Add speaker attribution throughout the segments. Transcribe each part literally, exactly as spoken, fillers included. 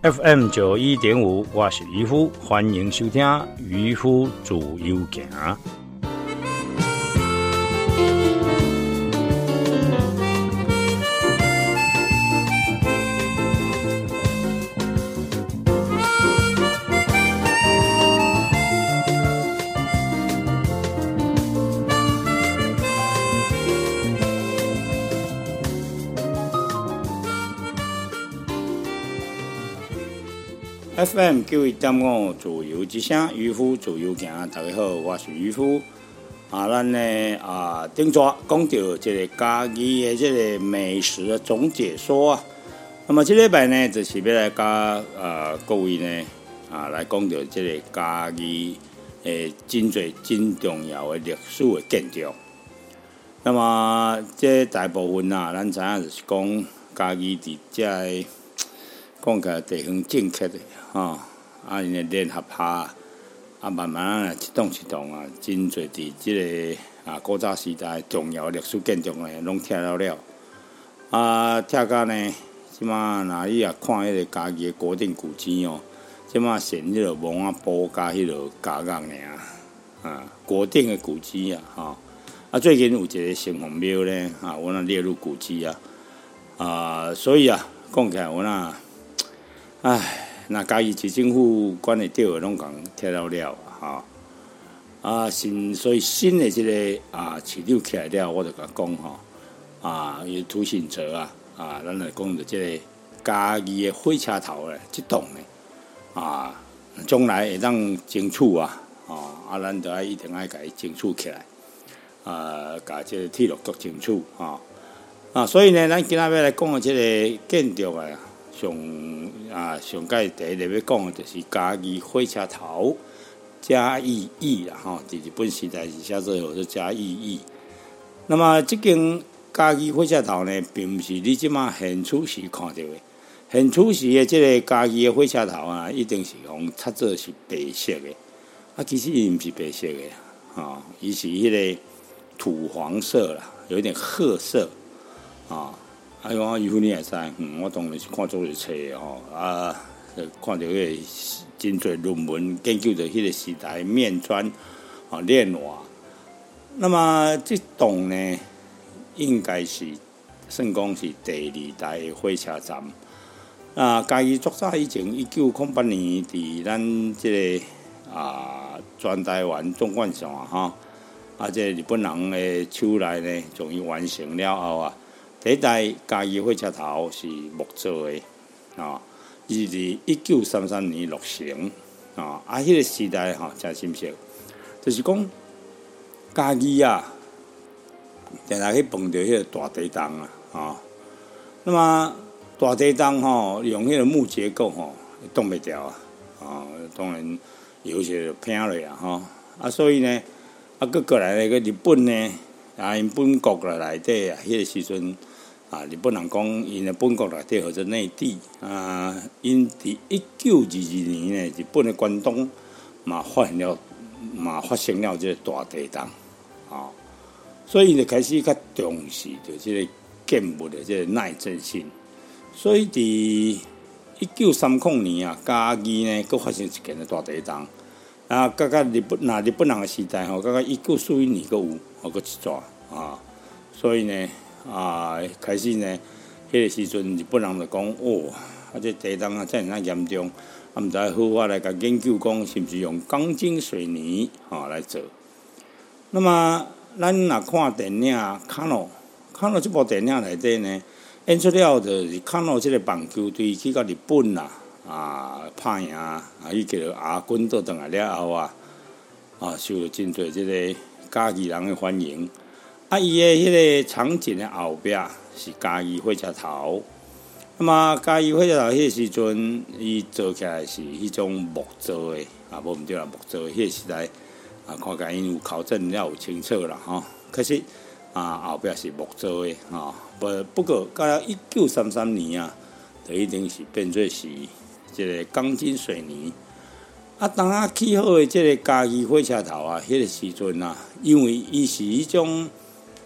Speaker 1: F M 九一点五，我是渔夫，欢迎收听渔夫自由行。F M 九一点五自由之声，渔夫自由行。大家好，我是渔夫。啊，咱呢啊，顶早讲到这个家己的这个美食的总解说啊。那么这礼拜呢，就是要来甲呃各位呢啊来讲到这个家己诶真侪真重要的历史的建筑。那么这大部分啊，咱知影就是讲家己伫遮讲起来地方正确的。吼、哦，啊，因诶联合下，啊，慢慢啊，一栋一栋啊，真侪伫即个啊古早时代重要历史建筑呢，拢拆了了。啊，拆到呢，即马若你啊看迄个家己诶国定古迹哦，即马选迄落蒙啊布加迄落加工尔，啊，国定诶古迹啊，吼、哦，啊，最近有一个城隍庙咧，啊，我那列入古迹啊，啊，所以啊，讲起来我那，唉。那家己市政府管会到的拢共拆了了哈啊，新所以新的这个啊市场起来了，我就甲讲吼啊，伊涂行者啊啊，咱来讲着这个家己的火车头咧，这栋咧啊，将来会当争取啊啊，咱就爱一定爱甲伊争取起来啊，甲这个铁路局争取啊啊，所以呢，咱今仔要来讲的这个建筑啊。上啊，上届第一个要讲的就是嘉义火车头嘉义驿啦，吼，伫日本时代是写做叫做嘉义驿。那么这间嘉义火车头呢，并不是你即马现处时看到的。现处时的这个嘉义的火车头啊，一定是用擦做是白色的。啊，其实伊毋是白色的，啊，伊是迄个土黄色啦，有一点褐色，啊。啊，我渔夫你也知，嗯，我当然是看做个册吼，啊，看到迄个真侪论文研究着迄个时代面砖啊炼瓦。那么这栋呢，应该是算讲是第二代的火车站。啊，嘉义作早以前一九零八年伫咱这个啊全台湾总贯线哈，啊，这日本人的手内呢，终于完成了后啊。第一代嘉义火车头是木做的啊，伊是一九三三年落成啊。啊，迄、那个时代哈真深刻，就是讲嘉义啊，定定去碰到迄个大地洞啊啊。那么大地洞吼，用迄个木结构吼，挡袂掉啊啊，当然有些偏落啊吼啊，所以呢，啊，佮过来那个日本呢，啊，因本国来内底啊，迄、那个时阵。啊！日本人讲，因的本国内底或者内地啊，因伫一九二二年呢，日本的关东嘛发现了，嘛发生了这个大地震啊，所以就开始较重视着这个建物的这个耐震性。所以伫一九三零年啊，嘉义呢，佫发生一件的大地震啊，甲甲日本那日本人的时代吼，甲甲一九四一年佫有，哦，佫一撮啊，所以呢。啊，开始呢，迄、那个时阵日本人就讲，哦，啊，这地震啊，真係严重，啊，毋知好法来甲研究讲，是毋是用钢筋水泥啊来做？那么，咱若看电影《卡诺》，《卡诺》这部电影内底呢，演出了就是卡诺这个棒球队去到日本啦，啊，拍赢啊，伊叫做亚军倒转来了后啊，啊，受到真侪这个嘉义人的欢迎。啊，伊的迄个场景的后壁是嘉义火车头。那么嘉义火车头迄个时阵，伊做起来是迄种木做的，啊，无毋对啦，木做的迄个时代啊，看起来因有考证了有清楚啦，吼、哦。可是啊，后壁是木做的，吼、哦。不不过到一九三三年啊，就一定是变做是这个钢筋水泥。啊，当啊起好的这个嘉义火车头啊，迄、那个时阵啊，因为伊是迄种。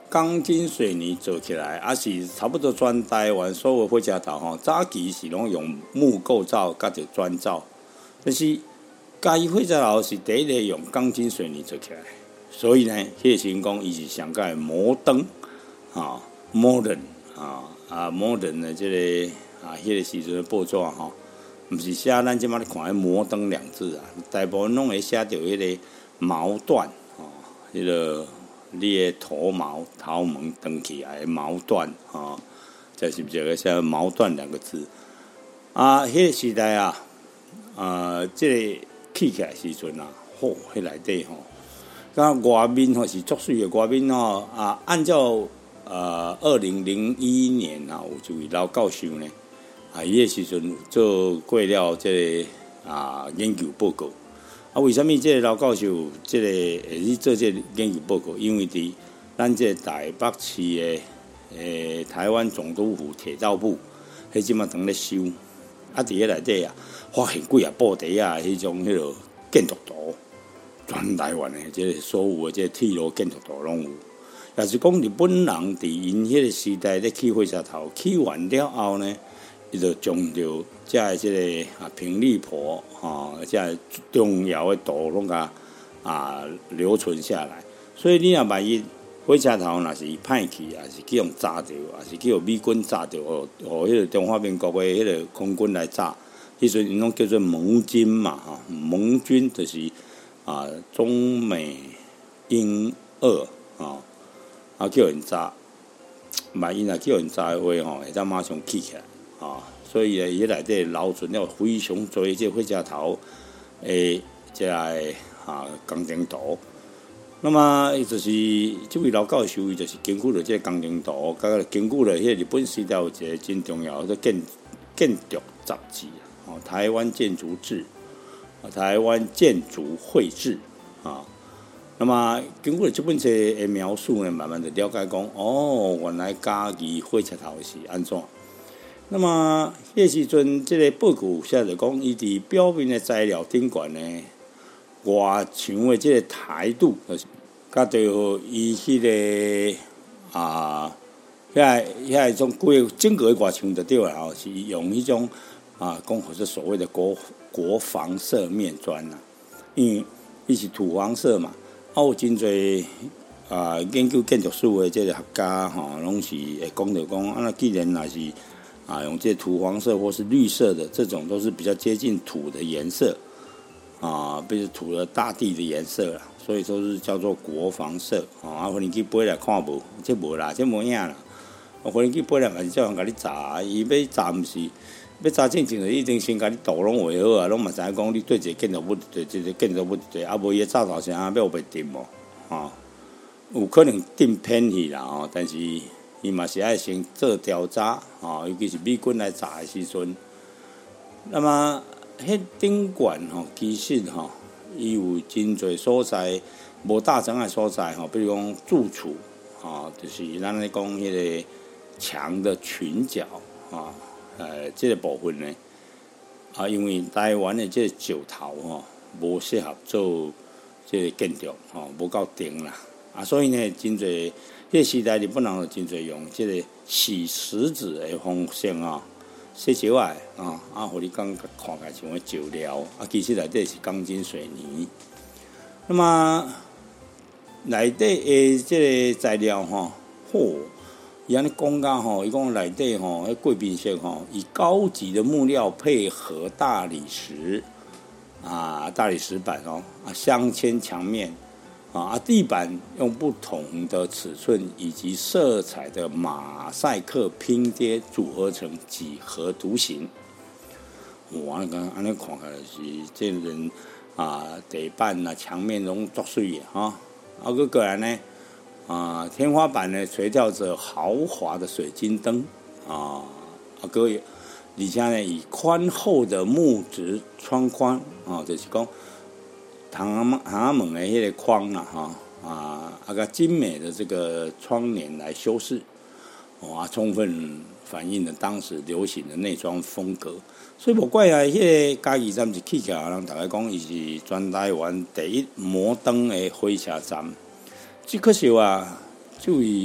Speaker 1: 钢筋水泥做起来，啊是差不多全台湾所有火车头吼，早期是拢用木构造甲着砖造，但是嘉义火车头是第一个用钢筋水泥做起来，所以呢，迄个成功伊是上个摩登啊 ，modern 啊啊 modern 的这个啊，迄、那个时阵的报纸吼，毋是写咱即摆咧看的摩登两字啊，大部分拢会写着迄个毛断哦，迄、那个。你的头毛头毛长起来毛断啊，这是不是个写毛断两个字啊？迄、那个时代啊，啊，这个起起来时阵啊，嚯、哦，迄内底吼，甲外面吼是足水的外面吼啊，按照呃二零零一年啊，有一位老教授呢，啊，伊个时阵做过了这个啊研究报告。啊，为什么这个老教授这个会去做这个研究报告？因为伫咱这台北市的诶台湾总督府铁道部，迄即马当咧修，啊，伫迄内底啊，发现几啊布袋啊，迄种迄落建筑图，全台湾的这个所有的这个铁路建筑图拢有。也是讲日本人伫因迄个时代咧起火车头，起完了后呢？伊就将着遮个即个啊平利坡吼，遮重要的道拢甲啊留存下来。所以你若万一火车头若是歹去，也是去用炸掉，也是去用美军炸掉，互互迄个中华民国的迄个空军来炸，迄阵因拢叫做盟军嘛吼，盟军就是啊中美英俄吼，啊叫人炸，万一若叫人炸的话吼，会当马上起起来。啊，所以咧，伊内底留存了非常多即火车头诶，即个啊工程图。那么，伊就是即位老教授，伊就是根据了即个工程图，甲根据了迄个日本时代有一个真重要的建建筑杂志，哦，台湾建筑志，啊，台湾建筑绘志，啊。那么，经过这本册的描述呢，慢慢的了解讲，哦，原来嘉义火车头是安怎？那么，迄时阵，即个报告写着讲，伊伫表面的材料顶悬呢，外墙的即个台度，就是甲着伊迄个啊，遐遐种规整个的外墙就对了吼，是用迄种啊，讲或者所谓的国国防色面砖呐，因为伊是土黄色嘛，啊有真侪啊研究建筑术的即个学家吼，拢是会讲着讲，啊，既然若是啊，用这土黄色或是绿色的这种，都是比较接近土的颜色啊，比如土的大地的颜色啦，所以都是叫做国防色啊。啊，你去买来看无，这无啦，这无影啦。我你去买来嘛是叫人甲你炸，伊要炸毋是要炸正正的，一定先甲你图拢画好啊，拢嘛知影讲你对一个建筑物对一个建筑物对，啊无伊炸头前啊要袂定无啊，有可能定偏去啦哦，但是。伊嘛是爱先做调查，吼，尤其是美军来炸的时阵。那么，迄顶悬吼，其实吼，伊有真侪所在无大城的所在吼，比如讲住处，吼，就是咱咧讲迄个墙的裙角，吼，呃，即、这个部分呢，啊，因为台湾的即个石头吼，无适合做即个建筑，吼，无够顶啦，啊，所以呢，真侪。迄个时代日本人就真侪用即个洗石子的方式啊，洗石仔啊，啊，互你感觉看起来像个石料，啊，其实内底是钢筋水泥。那么内底的即个材料吼，嚯，伊安尼讲甲吼，伊讲内底吼，迄贵宾室吼，以高级的木料配合大理石啊，大理石板哦，啊，镶嵌墙面。啊，地板用不同的尺寸以及色彩的马赛克拼贴组合成几何图形。哇，刚安尼看起来是这人啊，地板啊、墙面拢作水的哈。啊，个过来呢，啊，天花板呢垂吊着豪华的水晶灯啊，啊个，而且呢以宽厚的木质窗框啊，就是讲。航航门的迄个框啦，哈啊，啊个精美的这个窗帘来修饰，哇，充分反映了当时流行的内装风格。所以无怪啊，迄个嘉义站是起起来，人大家讲伊是全台湾第一摩登的火车站。只可惜啊，这位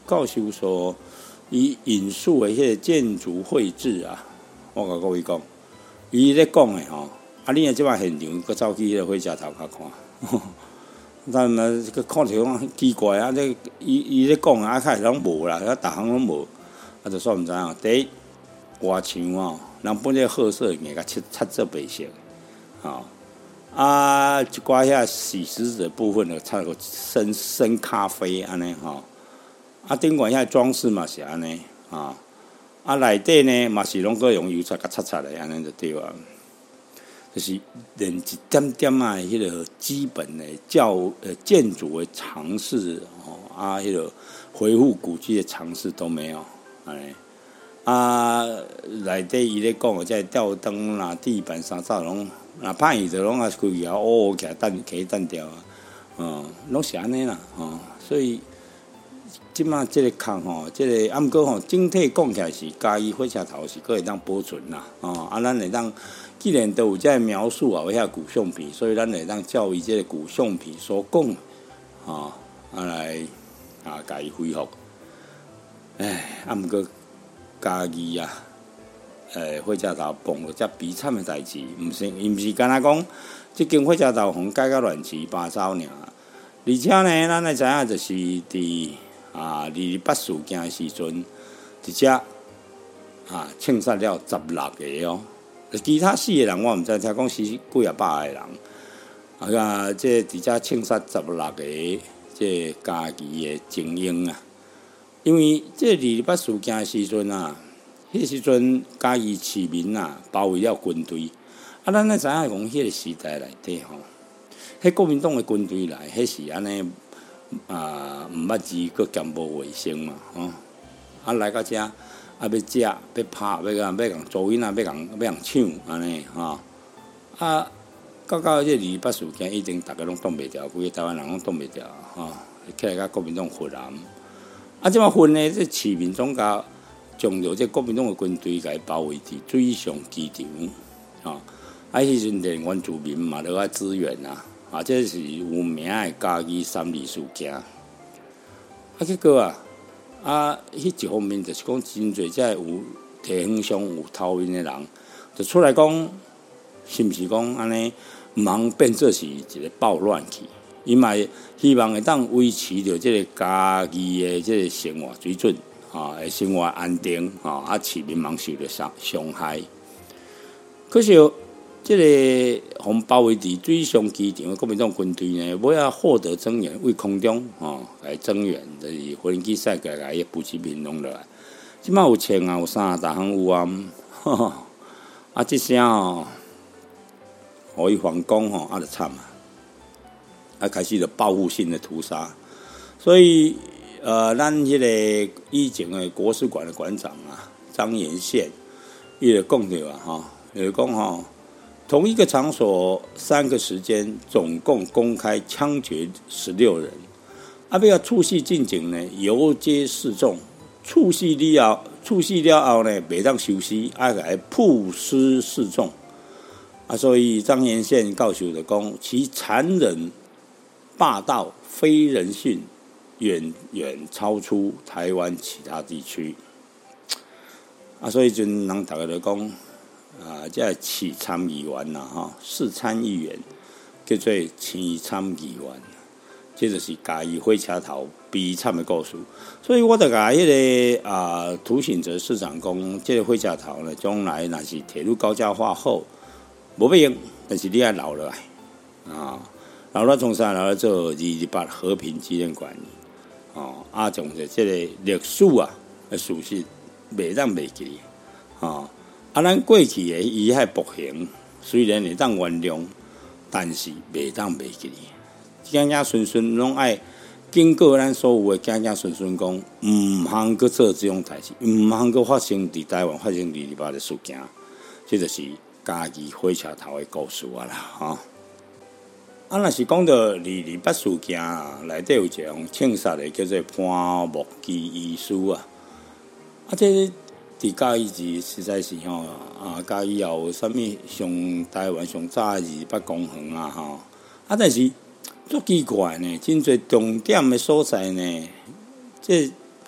Speaker 1: 教授所伊引述的迄个建筑绘制啊，我甲各位讲，伊咧讲的吼，啊，你啊即摆现场搁走去迄个火车头甲看，但嘛个看着讲奇怪啊，这伊伊咧讲啊，开始拢无啦，啊，逐项拢无，啊，就煞毋知影。第一，外墙哦，人本来褐色硬甲漆漆做白色，吼、哦。啊，一寡遐洗石子的部分呢，插个深深咖啡安尼吼。啊，顶管遐装饰嘛是安尼啊，啊内底呢嘛是拢个用油漆甲擦擦的安尼就对啊。就是连一点点啊，迄个基本的教呃建筑的常识哦，啊，迄个恢复古迹的常识都没有安尼。啊，内底伊咧讲的即吊灯啦、地板啥啥拢。若歹伊就拢啊开起啊，乌乌起来，等起等掉啊，嗯，拢是安尼啦，吼，所以即马即个坑吼，即、这个啊毋过吼，整体讲起来是嘉义火车头是可会当保存啦，哦，啊，咱会当既然都有即个描述啊，有遐古相片，所以咱会当照伊即个古相片所讲，吼，啊来啊，甲伊恢复。唉，啊毋过嘉义啊。诶，火车头碰到遮悲惨的代志，毋是，伊毋是干那讲，即间火车头互改到乱七八糟尔。而且呢，咱会知影就是伫啊二二八事件的时阵，伫遮啊枪杀了十六个哦。其他死的人我毋知，听讲死几啊百个人。啊，即伫遮枪杀十六个即家己的精英啊。因为即二二八事件的时阵啊。迄时阵，嘉义市民啊，包围了军队。啊，咱咧知影讲，迄个时代内底吼，迄国民党的军队来，迄是安尼啊，毋捌字，佮兼无卫生嘛，吼。啊，来到遮，啊，要食，要拍，要甲要共做囡仔，要共要共抢，安尼吼。啊，到到即二二八事件，已经逐个拢挡袂牢，规个台湾人拢挡袂牢，吼。起来甲国民党混啊，啊，即马混呢，即市民总甲。将着这国民党的军队来包围伫水上机场，啊，啊，迄阵连原住民嘛都爱支援啊，啊，这是有名的嘉义三二事件。啊，结果啊，啊，迄一方面就是讲真侪遮有地方上有头面的人，就出来讲，是毋是讲安尼，毋通变做是一个暴乱去，伊嘛希望会当维持着这个嘉义的这个生活水准。啊，会生活安定，啊，啊，市民茫受着伤伤害。可是，这个互包围伫水上机场的国民党军队呢，尾仔获得增援，为空中啊来增援，就是无人机赛改来补给品弄落来。即摆有枪啊，有啥，逐项有啊，呵呵啊，即声哦，互伊反攻吼，啊，就惨啊，啊，开始了报复性的屠杀，所以。呃，咱迄个以前的国史馆的馆长啊，张延宪，伊就讲着啊，哈，伊就讲吼，同一个场所三个时间，总共公开枪决十六人。啊，要触戏进警呢，游街示众，触戏了后，触戏了后呢，袂当休息，啊来曝尸示众。啊，所以张延宪教授就讲，其残忍、霸道、非人性。远远超出台湾其他地区啊，所以就人大家就讲啊，这市参议员呐，哈，市参议员叫做市参议员，这就是嘉义火车头悲惨的故事。所以我就甲迄个啊涂醒哲市长讲，这个火车头呢，将来若是铁路高架化后，无必用，但是你要留落来啊，留落从啥留落做二二八和平纪念馆。哦，啊，从这这个历史啊，事实袂当袂记，哦，啊，咱过去的伊遐暴行，虽然会当原谅，但是袂当袂记。囝囝孙孙拢爱经过咱所有的囝囝孙孙讲，毋通去做这种代志，毋通去发生伫台湾发生二二八的事件，这就是嘉义火车头的故事啊啦，吼、哦。啊，若是讲到二二八事件啊，内底有一项枪杀的叫做潘木基医师啊，啊，这伫嘉义市实在是吼啊，嘉义也有啥物上台湾上早二二八公园啊，吼啊，但是足奇怪呢，真侪重点的所在呢，这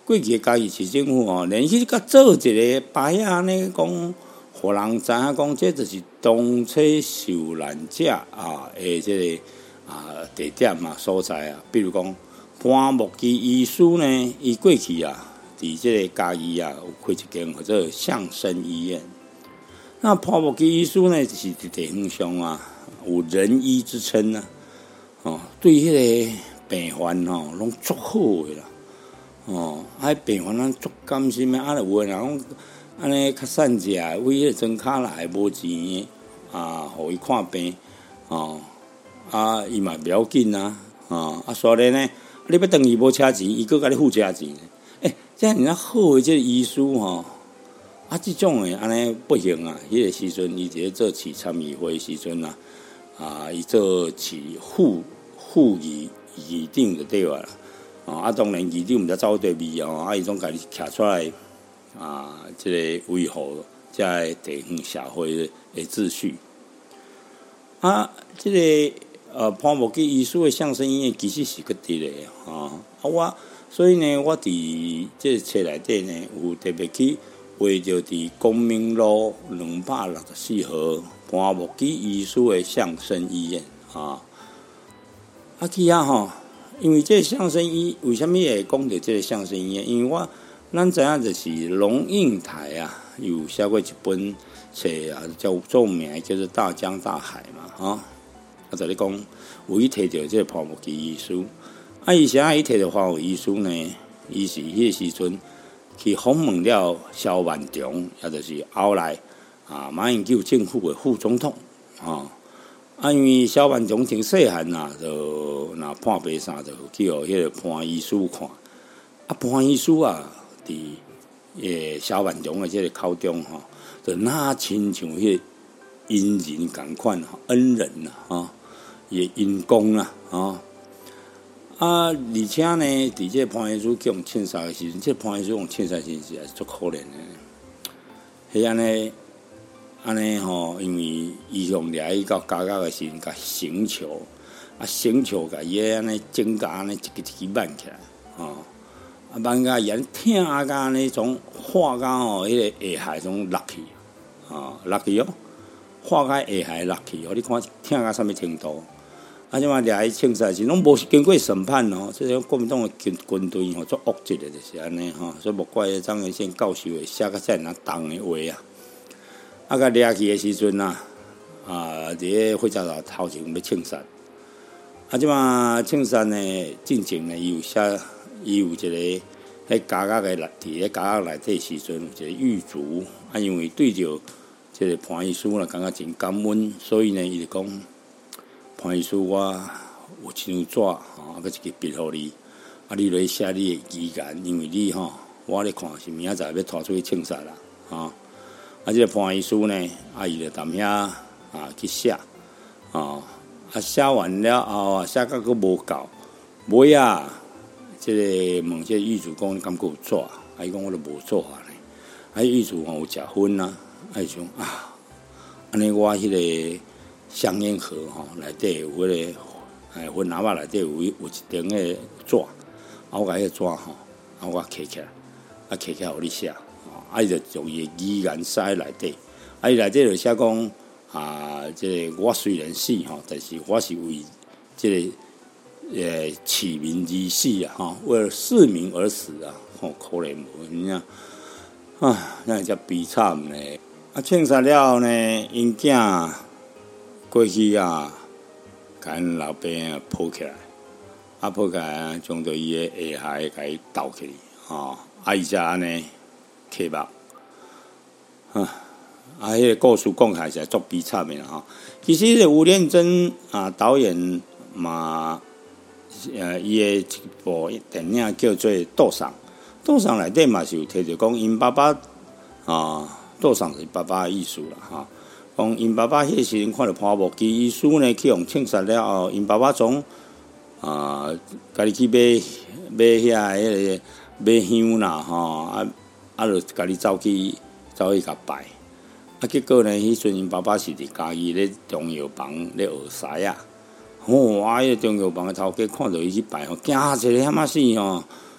Speaker 1: 过去的嘉义市政府吼，连去甲做一个牌仔安尼讲，互人知影讲，这就是东车受难者啊诶，这个啊地点嘛所在啊。比如讲，潘木基医师呢，伊过去啊，伫这个嘉义啊，有开一间叫做相生医院。那潘木基医师呢，就是伫地方上啊，有仁医之称啊。哦，对迄个病患吼，拢足好诶啦。哦，啊，病患咱足甘心诶，啊，有诶人讲安尼较善食，为迄个装卡来无钱啊，互伊看病哦，啊，伊嘛袂要紧啊，哦，啊，所以呢，你要等伊无车钱，伊佫甲你付车钱。诶，这样人好诶，即个医师吼，啊，即种诶安尼不行啊。迄个时阵，伊伫咧做市参议会时阵啊，啊，伊做市副副议议长就对啦。啊，当然议长毋知走对味哦，啊，伊总家己徛出来啊，即、这个维护即个地方社会的秩序。啊，即、这个呃潘木基医师的相声医院其实是个伫咧啊，啊我所以呢，我伫即个册内底呢，有特别去画着伫光明路两百六十四号潘木基医师的相声医院啊。啊去啊吼。因为这个相声医为什么会讲到这个相声医院？因为我咱知影就是龙应台啊，有写过一本册啊，叫著名叫做《大江大海》嘛，吼、哦。啊，就咧讲有伊摕到这个潘木基医师，啊，伊啥伊摕到潘木基医师呢？伊是迄个时阵去访问了萧万长，也就是后来啊马英九政府的副总统，吼、哦。啊，因为萧万长挺细汉呐，就若判白衫，就去互迄个潘医师看。啊，潘医师啊，伫诶萧万长诶即个口中吼，就那亲像迄个恩人共款吼，恩人呐，吼，伊因公啦，吼。啊，而且呢，伫即个潘医师叫用庆杀诶时阵，即、这个潘医师用庆杀时阵是足可怜诶，迄安尼。安尼吼，因为伊用掠伊到家家诶时阵，甲绳球，啊绳球甲伊安尼整甲安尼一支一支挽起来，吼、哦，啊挽甲伊安疼啊甲安尼种化甲吼，迄、那个下海种落去，啊落去哦，化甲下海落去哦，你看疼甲啥物程度？啊，即嘛掠伊枪杀时，拢无经过审判哦，即种国民党诶军军队吼，做恶质诶，就是安尼吼，所以莫怪张元宪教授会写甲遮尔重诶话啊。啊，甲掠去诶时阵啊，啊，伫咧火车头头前要庆杀，啊，即马庆杀呢，进前呢，伊有写，伊有一个喺家家诶内，伫咧家家内底时阵，有一个狱卒，啊，因为对着即个潘医师啦，感觉真感恩，所以呢，伊就讲潘医师，我有一张纸，吼，啊，佮一个笔互你，啊，你来写你诶遗言，因为你吼，我咧看是明仔载要拖出去庆杀啦，吼。啊，这个潘医师呢，啊，伊就踮遐啊去写，哦，啊写完了后啊，写到佫无够，尾啊，这个问这个狱卒讲，你敢佫有纸？啊，伊讲我都无纸啊呢。啊，狱卒吼有食薰啊，啊，伊讲啊，安尼我迄个香烟盒吼内底有迄、那个，哎，薰喇叭内底有有一张个纸，啊，我甲迄个纸吼，啊，我摕起来，啊，摕起来互你写。啊，伊就从伊诶语言塞内底，啊，伊内底就写讲啊，即、這個我虽然死吼，但是我是为即個诶启民而死啊，吼，为了市民而死啊，吼，可怜无你啊，啊，那才悲惨呢。啊，庆杀了后呢，因囝过去啊，甲因老爸啊抱起来，啊抱起来啊，将到伊诶下海甲伊斗起，吼，啊，伊才安尼。刻目，啊，啊，迄、那个故事讲起来是足悲惨的啦吼。其实，这吴念真啊导演嘛，呃，伊的一部电影叫做《赌上》，赌上内底嘛是有提到讲，因爸爸啊，赌上是爸爸的意思啦哈。讲因爸爸迄个时阵看到潘木基医师呢去用庆杀了后，因爸爸从啊，家己去买买遐迄个买香啦吼啊。啊，就家己走去走去甲拜，啊，结果呢，迄阵因爸爸是伫家己咧中药房咧学师啊，吼、哦，啊，迄个中药房诶头家看到伊去拜吼，惊一个遐仔死吼，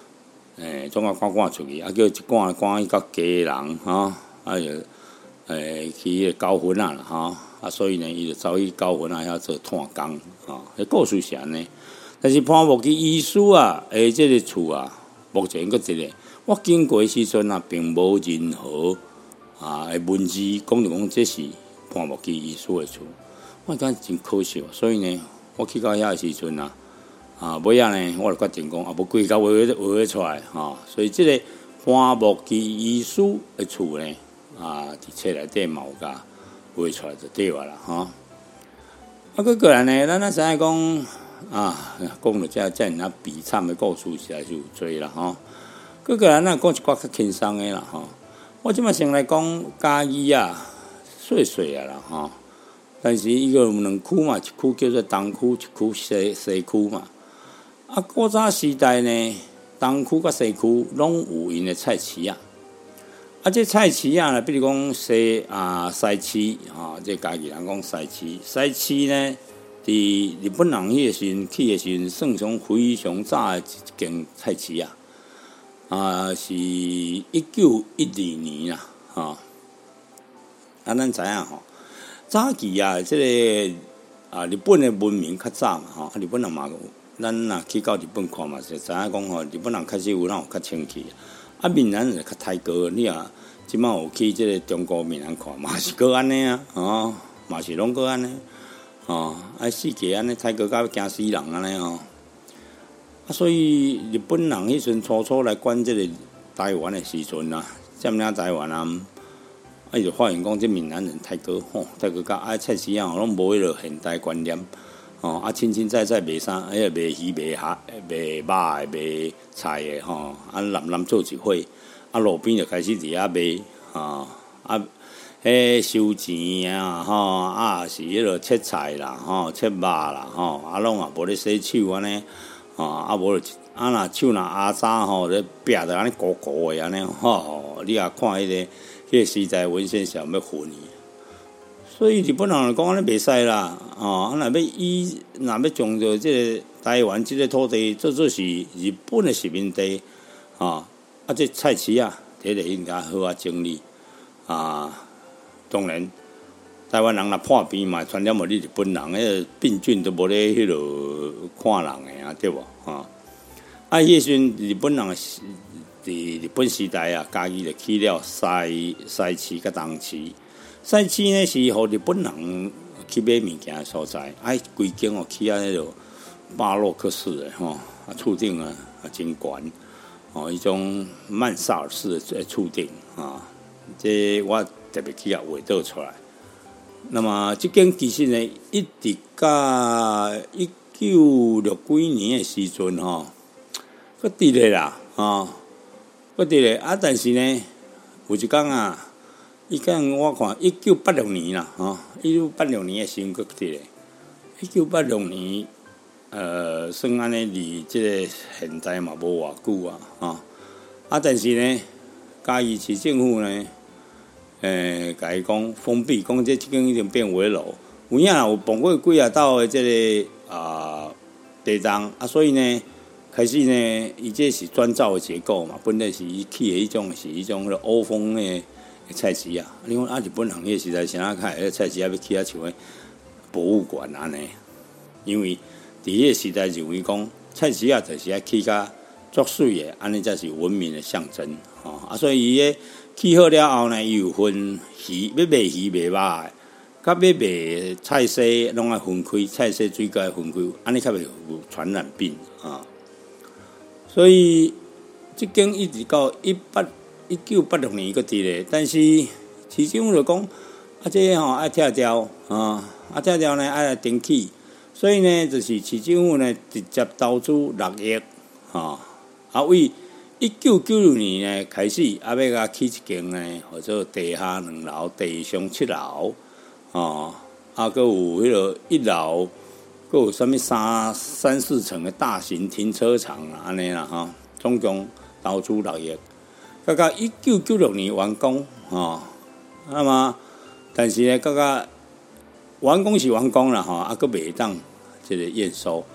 Speaker 1: 诶，总啊赶赶出去，啊叫一赶赶去到家人吼，啊就诶去迄个交婚啊啦吼，啊所以呢，伊就走去交婚啊遐做探工吼，迄故事是安尼。但是潘木基医师啊，诶，即个厝啊，目前搁一个，我经过时阵啊，并无任何啊诶文字讲着讲这是潘木基医师的厝，我感觉真可惜。所以呢，我去到遐的时阵啊。啊，尾仔呢，我就决定讲，啊，无规家画画画画出来吼，所以即个潘木基医师的厝呢，啊，伫册内底嘛有甲画出来就对啊啦吼。啊，佮个人呢，咱啊知影讲啊，讲到遮遮尔悲惨的故事实在是有多啦吼。佮个人啊，讲一寡较轻松的啦吼。我即摆先来讲嘉义啊，细细啊啦吼。但是伊个有两区嘛，一区叫做东区，一区西西区嘛。啊，古早时代呢，东区甲西区拢有因的菜市啊。啊，这菜市啊呢，比如讲西啊西市啊，这家己人讲西市，西市呢，伫日本人迄个时去的时，算上非常早的一间菜市啊。啊，是一九一二年啦，吼。啊，咱知影吼，早期啊，这个啊日本的文明较早嘛，吼，啊日本人嘛有。咱若去到日本看嘛，是知影讲吼，日本人开始有那有较清气，啊，闽南人较太高。你啊，即摆有去即个中国闽南看，嘛是搁安尼啊，吼，嘛是拢搁安尼，吼，啊，世界安尼太高甲惊死人安尼吼。啊，所以日本人迄阵初初来管即个台湾的时阵啊，占领台湾啊，啊，伊就发现讲即闽南人太高吼，太高甲啊菜市啊，拢无迄落现代观念。哦，啊，清清在在卖啥？迄个卖鱼、卖虾、卖肉的、卖菜的吼，啊，南南做一伙，啊，路边就开始伫遐卖，吼，啊，迄收钱啊，吼，啊，是迄落切菜啦，吼，切肉啦，吼，啊，拢也无咧洗手安尼，吼，啊，无就啊，若手若压渣吼，咧壁着安尼糊糊的安尼，吼，你也看迄个迄个时代文献上要混去。所以日本人讲安尼袂使啦，哦，啊，若要以若要将着即个台湾即个土地做做是日本的殖民地，哦，啊，这菜市啊，摕来应该好啊整理啊。当然，台湾人若破病嘛，传染无你日本人，迄个病菌都无咧迄落看人的啊，对无？啊，啊，迄时阵日本人伫日本时代啊，家己就去了西西市甲东市。西市呢是互日本人去买物件的所在，啊，规间哦起啊迄落巴洛克式的吼，啊厝顶啊啊真悬，哦，迄种曼萨尔式的厝顶啊，这我特别去啊画倒出来。那么这间其实呢，一直到一九六几年的时阵吼，搁伫咧啦，吼，搁伫咧啊，但是呢，有一天啊。伊讲我看一九八六年啦，吼，一九八六年的时阵搁伫咧，一九八六年，呃，算安尼离即个现在嘛无偌久啊，吼，啊，但是呢，嘉义市政府呢，诶，甲伊讲封闭，讲这即间已经变危楼，有影有碰过几啊道的即个啊地动啊，所以呢，开始呢，伊这是砖造的结构嘛，本来是伊起的迄种是迄种迄欧风的。菜市啊，你讲啊，日本人迄个时代，啥开迄菜市啊，要起啊像个博物馆安尼，因为伫迄个时代认为讲菜市啊，就是爱起甲足水的，安尼才是文明的象征吼。啊，所以伊个起好了后呢，伊有分鱼，要卖鱼卖肉的，甲要卖菜色拢爱分开，菜色水果爱分开，安尼才袂有传染病啊。所以即间一直到一八。一九八六年个伫咧，但是市政府就讲啊，这吼爱拆掉啊，啊拆掉呢爱来登记，所以呢，就是市政府呢直接投资六亿啊，啊为一九九六年呢开始，啊要甲起一间呢，或者地下两楼、地上七楼啊，啊佮有迄落一楼，佮有啥物三三四层的大型停车场啊，安尼啦吼，总共投资六亿。到到一九九六年完工，吼，那么，但是呢，到到完工是完工啦，吼，啊，佫袂当即个验收，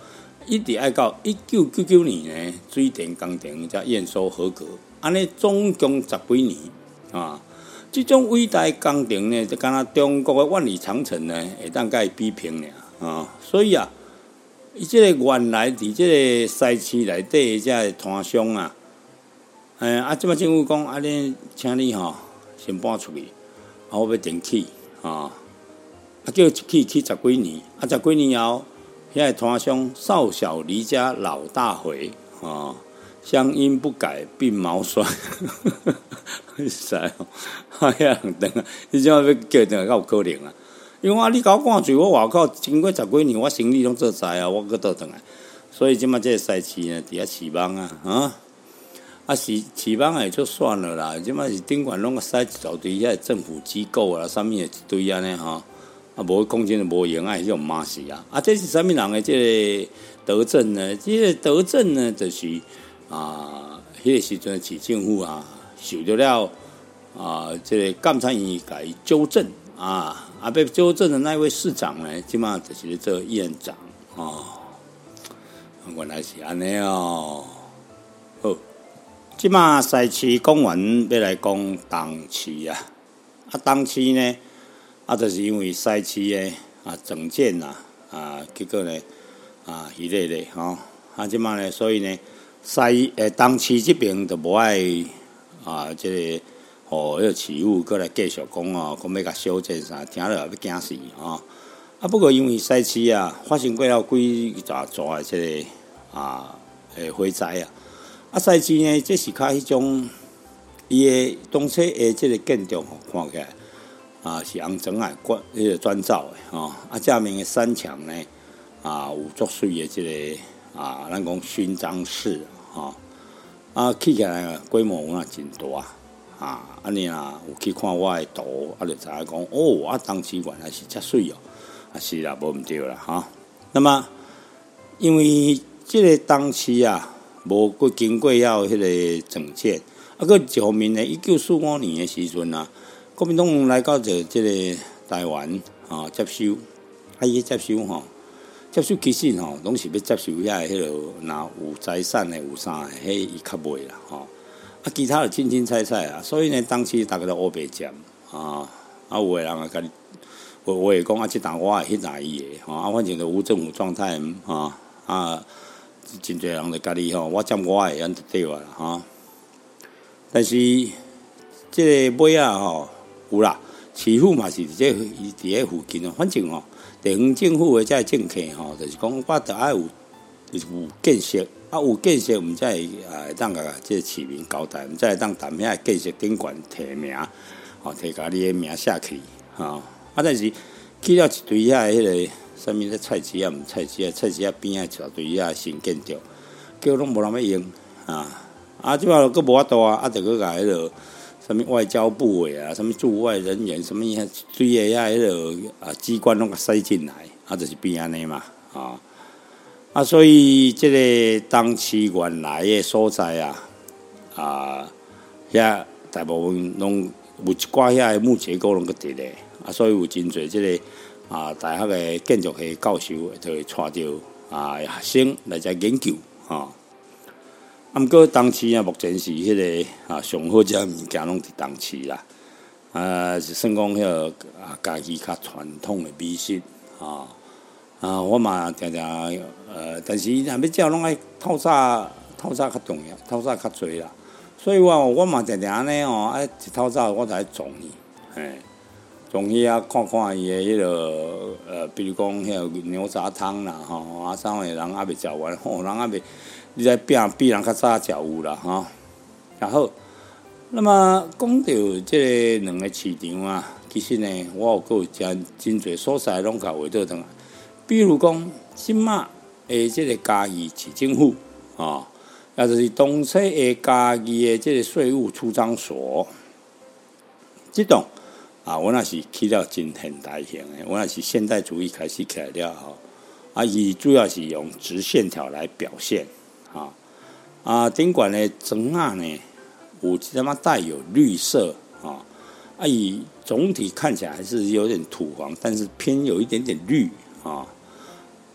Speaker 1: 一直爱到一九九九年呢，水电工程才验收合格。安尼总共十几年啊！这种伟大工程呢，就敢若中国的万里长城呢，会当甲伊比拼尔啊！所以啊，伊即个原来伫即个西市内底即个摊商啊，诶啊，即摆政府讲啊，你请你吼先搬出去，啊，我要电起啊，啊叫一起起十几年，啊十几年后，遐个摊商少小离家老大回啊。乡音不改鬓毛衰，是啊，哎呀，等啊，你怎要叫等有可能啊？因为啊，你搞赶住我外口，经过十几年，我生意拢做在啊，我搁倒转来，所以即马即个赛市呢，伫遐市网啊，啊，啊市市网也就算了啦，即马是顶管拢个塞一大堆遐政府机构啦，啥物一堆安尼吼，啊，无讲真诶无用啊，迄种马事啊，啊，这是啥物人诶？即个德政呢？即个德政呢，就是。啊，迄、那个时阵市政府啊，受到了啊，这个监察院甲伊纠正啊，啊被纠正的那位市长呢，即马就是做院长哦，原来是安尼哦。好，即马西市讲完，要来讲东市啊。啊，东市呢，啊，就是因为西市的啊整建呐啊，结果呢啊，迄个咧吼，啊，即马呢，所以呢。西诶，东市这边就无爱啊，即、这个吼，迄个市府过来继续讲哦，讲要甲修正啥，听了要惊死哦。啊，不过因为西市啊，发生过了几杂座诶，即个啊诶火灾啊，啊西市呢，这是较迄种伊诶东侧诶，即个建筑吼，看起来啊是红砖啊，砖迄个砖造诶吼，啊下面诶山墙呢啊有足水诶，即个。啊，咱讲勋章式吼，啊，起起来啊，规模啊真大啊！安尼啊，有去看我诶图，啊，就知影讲哦，啊，当时原来是遮水哦，啊是啦，无毋对啦哈。那么，因为即个当时啊，无过经过要迄个整建，啊，个一方面呢，一九四五年诶时阵啊，国民党来到这即个台湾啊，接收，啊，伊接收吼。接受其实吼，拢是要接受遐迄落，若有财产诶，有啥诶，迄伊较袂啦吼。啊，其他的清清菜菜啊，所以呢，当时大家都乌白占啊。啊，有诶人啊，甲你，我我会讲啊，即档我诶，迄档伊诶，吼啊，反正就无政府状态吼啊，真侪人就家己吼，我占我诶，安就对啊啦吼。但是即个尾啊吼，有啦，市府嘛是伫这伊伫咧附近啊，反正吼。地方政府的这政客吼，就是讲我得爱有有建设，啊有建设，毋才会啊当甲即市民交代，毋才会当踮遐建设顶悬提名，吼提甲你的名写去，吼啊但是去了一堆遐迄个啥物咧菜市啊，毋菜市啊，菜市啊边仔一堆遐新建筑，叫拢无人要用啊，啊即摆佫无法度啊，啊着佫甲迄落。什么外交部委啊，什么驻外人员，什么遐堆诶遐迄落啊机关拢甲塞进来，啊就是变安尼嘛，啊啊所以即个当时原来诶所在啊，啊遐大部分拢有一寡遐诶木结构拢个伫咧，啊所以有真侪即个啊大学诶建筑系教授就会带着啊学生来遮研究，啊。啊，毋过当市啊，目前是迄、那个啊上好遮物件拢伫当市啦，啊是算讲迄个啊家己较传统的美食啊啊，我嘛定定呃，但是若要照拢爱透早透早较重要，透早较侪啦，所以我我嘛定定安尼哦，爱一透早我就爱种伊，嘿，种伊啊看看伊的迄、那个呃，比如讲迄个牛杂汤啦，吼啊，啥物人还未食完，吼人还未。你在拼比人较早食有啦，吼。然后，那么讲到即个两个市场啊，其实呢，我有个真真侪所在拢甲画倒转来。比如讲，即马诶，即个嘉义市政府啊，也就是东侧诶嘉义诶即个税务出张所，即种啊，我那是起了真现代型诶，我那是现代主义开始起来了吼。啊，伊主要是用直线条来表现。啊啊，顶管的砖啊呢，有他妈带有绿色啊，啊，以总体看起来还是有点土黄，但是偏有一点点绿啊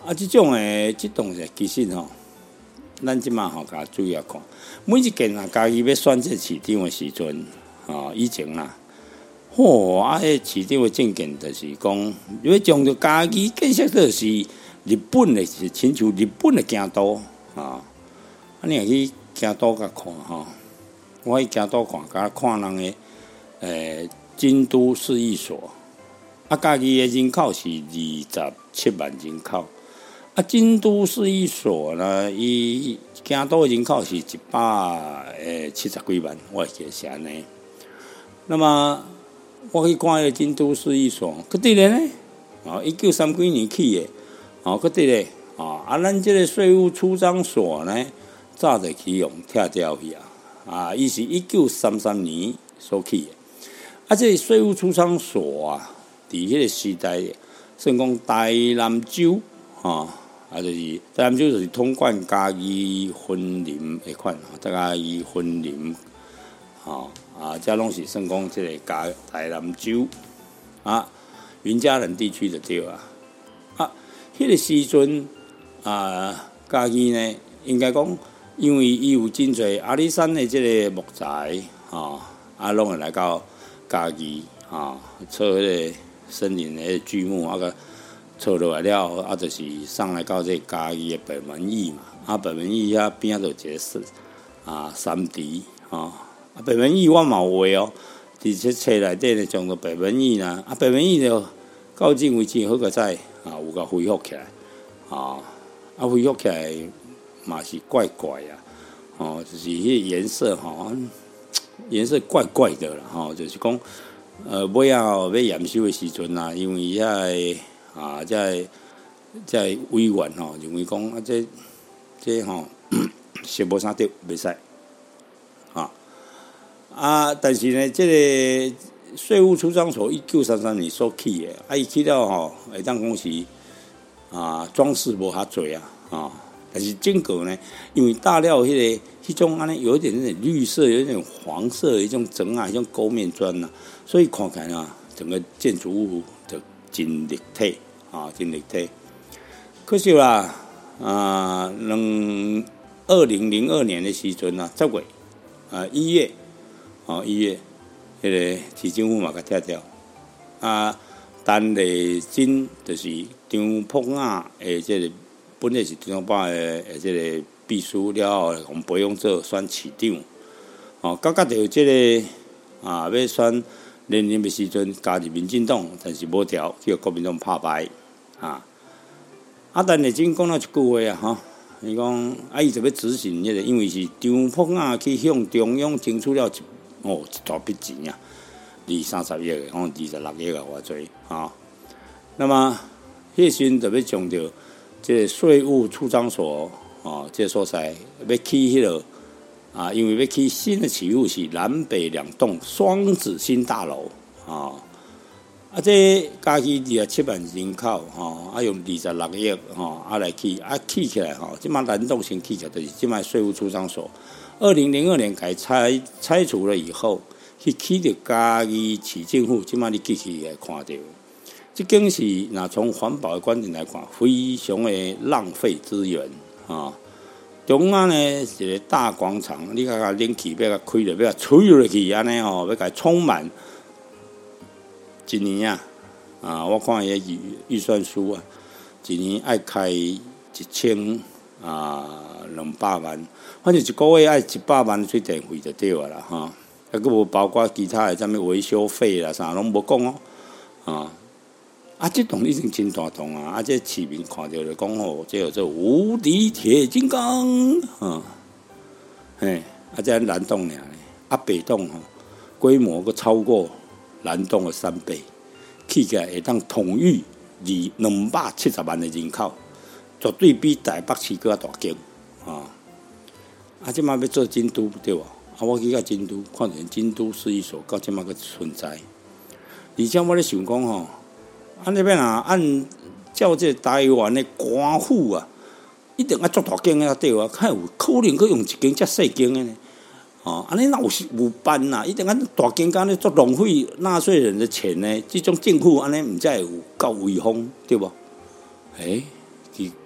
Speaker 1: 啊，即种诶，即种诶，其实吼，咱即马吼，甲注意下看，每一件啊，家己要选这市长诶时阵，啊，以前啦，吼，啊，迄市长诶政见就是讲，要将着家己建设到是日本诶，是亲像日本诶京都啊，啊，你若去京都甲看吼，我去京都看，甲看人诶，诶，京都市役所，啊，家己诶人口是二十七万人口。啊，京都市役所呢，伊京都人口是一百诶七十几万，我记是安尼。那么我去看迄个京都市役所，佮对咧呢，哦，一九三几年起诶，哦，佮对咧，哦，啊，咱即个税务出张所呢，早就启用拆掉去啊，啊，伊是一九三三年所起诶，啊，这税务出张所啊，伫迄个时代，算讲台南州，哦。啊，就是台南州就是统管嘉义分林迄款，嘉义分林，吼啊，这拢是算讲即个嘉台南州啊，云嘉南地区就对啊。啊，迄、那个时阵啊，嘉义呢，应该讲，因为伊有真侪阿里山的即个木材，吼啊，拢会来到嘉义，吼做迄个森林的巨木啊个。错落来了，啊，就是上来到这嘉义的北门驿嘛，啊，北门驿遐边仔就一个是啊山地吼，啊，北门驿我嘛有画哦，伫这册内底呢，将个北门驿呢，啊，北門驿就到今為止好個在啊，有甲恢復起來，啊，啊恢復起來嘛是怪怪啊，哦，就是迄個顏色吼，顏色怪怪的啦，吼，就是講呃尾仔要驗收的時陣啊，因為遐個。啊，即即委員吼，認為講啊，即即吼，是無啥對，袂使啊啊！但是呢，即、這個稅務出張所一九三三年所起的，啊，伊起了吼，會當講是啊，裝飾無遐濟啊，啊，但是整個呢，因為大料迄、那個迄種安尼，有一點點綠色，有一點黃色的一種整啊，一種勾面磚啊，所以看起來啊，整個建築物就。真立體啊，真立體。可惜啦，啊，兩二零零二年的時陣啊，十月啊一月，哦一月，迄、那個市政府嘛甲拆掉。啊，陳麗珍就是張博雅誒，即個本來是張博雅誒誒，即個秘書了後，我們培養做選市長。哦，感覺到即個啊，要選。連任的時陣加入民進黨，但是無調，叫國民黨拍敗啊！啊，但係真講了一句話啊，吼，伊講啊，伊就要執行迄個，因為是張博雅去向中央爭取了一哦一大筆錢啊，二三十億嘅，可能二十六億啊，偌濟啊。那麼迄時陣就要將着即個稅務出張所哦，即、這個所在要起迄、那個。啊，因為要起新的起屋是南北兩棟雙子星大樓啊，啊，這嘉義二十七萬人口吼，啊用二十六億吼啊來起，啊起起來吼，即馬南棟先起起來，就是即馬稅務出張所，二零零二年改拆拆除了以後，去起着嘉義市政府，即馬你記起來看到，即間是若從環保的觀點來看，非常的浪費資源啊。中央呢是一個大廣場，你看看冷氣要甲開了，要甲吹落去安尼吼，要甲充滿。一年啊，啊，我看伊預預算書啊，一年愛開一千啊兩百萬，反正一個月愛一百萬水電費就對啊啦，哈，啊，佫無包括其他的啥物維修費啦，啥攏無講哦，啊。啊，這棟已經真大棟啊！啊，這市民看到就講吼，這叫做無敵鐵金剛啊！嘿，啊，這南棟呢，啊北棟吼，規模佫超過南棟的三倍，起起來會當統御二兩百七十萬的人口，絕對比台北市佫較大間啊！啊，這馬要做京都對吧？啊，我去到京都，看見京都市役所到這馬佫存在，而且我咧想講吼。啊，那邊啊，按照這台灣的官府啊，一定要做大間啊，對啊，看有可能去用一間遮細間的呢。哦，安尼哪有有辦呐？一定要大間間咧，做浪費納稅人的錢呢？這種政府安尼唔知有夠威風，對不？誒、欸，其